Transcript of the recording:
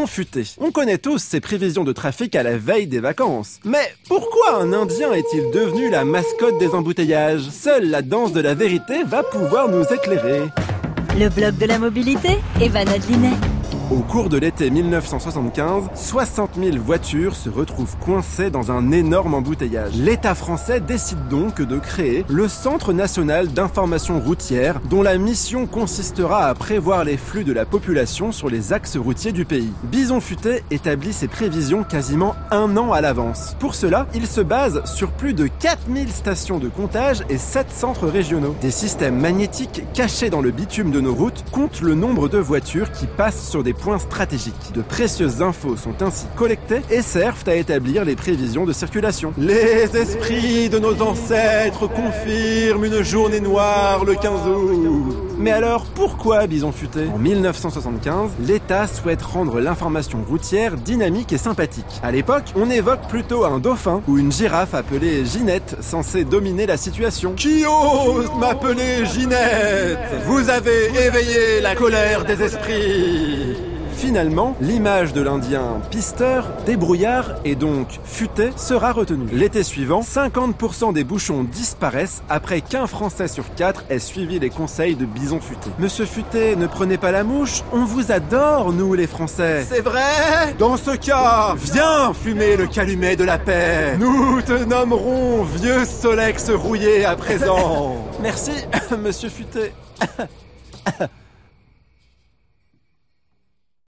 Futé. On connaît tous ses prévisions de trafic à la veille des vacances. Mais pourquoi un Indien est-il devenu la mascotte des embouteillages? Seule la danse de la vérité va pouvoir nous éclairer. Le blog de la mobilité, Eva Nadlinet. Au cours de l'été 1975, 60 000 voitures se retrouvent coincées dans un énorme embouteillage. L'État français décide donc de créer le Centre national d'information routière, dont la mission consistera à prévoir les flux de la population sur les axes routiers du pays. Bison Futé établit ses prévisions quasiment un an à l'avance. Pour cela, il se base sur plus de 4000 stations de comptage et 7 centres régionaux. Des systèmes magnétiques cachés dans le bitume de nos routes comptent le nombre de voitures qui passent sur des points stratégiques. De précieuses infos sont ainsi collectées et servent à établir les prévisions de circulation. Les esprits de nos ancêtres confirment une journée noire le 15 août. Mais alors, pourquoi Bison Futé? En 1975, l'État souhaite rendre l'information routière dynamique et sympathique. À l'époque, on évoque plutôt un dauphin ou une girafe appelée Ginette, censée dominer la situation. Qui ose m'appeler Ginette? Vous avez éveillé la colère des esprits. Finalement, l'image de l'Indien pisteur, débrouillard et donc futé sera retenue. L'été suivant, 50% des bouchons disparaissent après qu'un Français sur 4 ait suivi les conseils de Bison Futé. Monsieur Futé, ne prenez pas la mouche, on vous adore, nous les Français. C'est vrai? Dans ce cas, viens fumer le calumet de la paix. Nous te nommerons vieux Solex rouillé à présent. Merci, monsieur Futé.